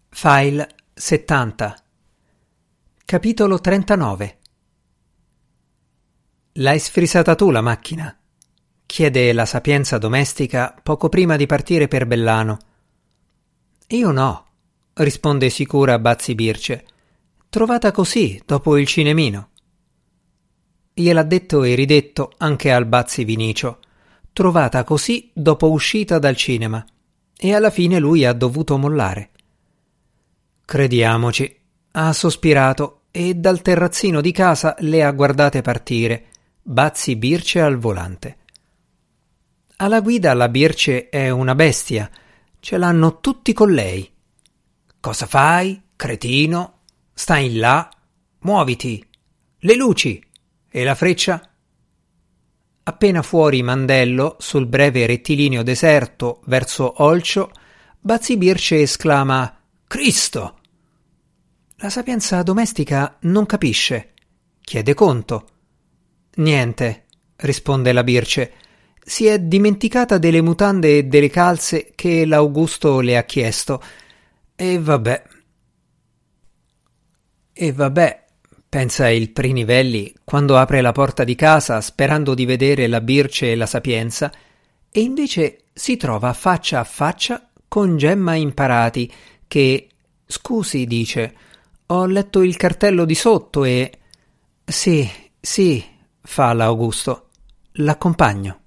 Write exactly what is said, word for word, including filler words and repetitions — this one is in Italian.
File settanta. Capitolo trentanove. L'hai sfrisata tu la macchina? Chiede la sapienza domestica poco prima di partire per Bellano. Io no, risponde sicura Bazzi Birce. Trovata così, dopo il cinemino. Gliel'ha detto e ridetto anche al Bazzi Vinicio. Trovata così dopo uscita dal cinema. E alla fine lui ha dovuto mollare. Crediamoci, ha sospirato e dal terrazzino di casa le ha guardate partire, Bazzi Birce al volante. Alla guida la Birce è una bestia, ce l'hanno tutti con lei. Cosa fai, cretino? Stai in là? Muoviti! Le luci! E la freccia? Appena fuori Mandello, sul breve rettilineo deserto verso Olcio, Bazzi Birce esclama «Cristo!». La sapienza domestica non capisce. Chiede conto. Niente, risponde la Birce. Si è dimenticata delle mutande e delle calze che l'Augusto le ha chiesto. E vabbè. E vabbè, pensa il Prinivelli quando apre la porta di casa sperando di vedere la Birce e la sapienza, e invece si trova faccia a faccia con Gemma Imparati che, scusi, dice, ho letto il cartello di sotto e... Sì, sì, fa l'Augusto. L'accompagno.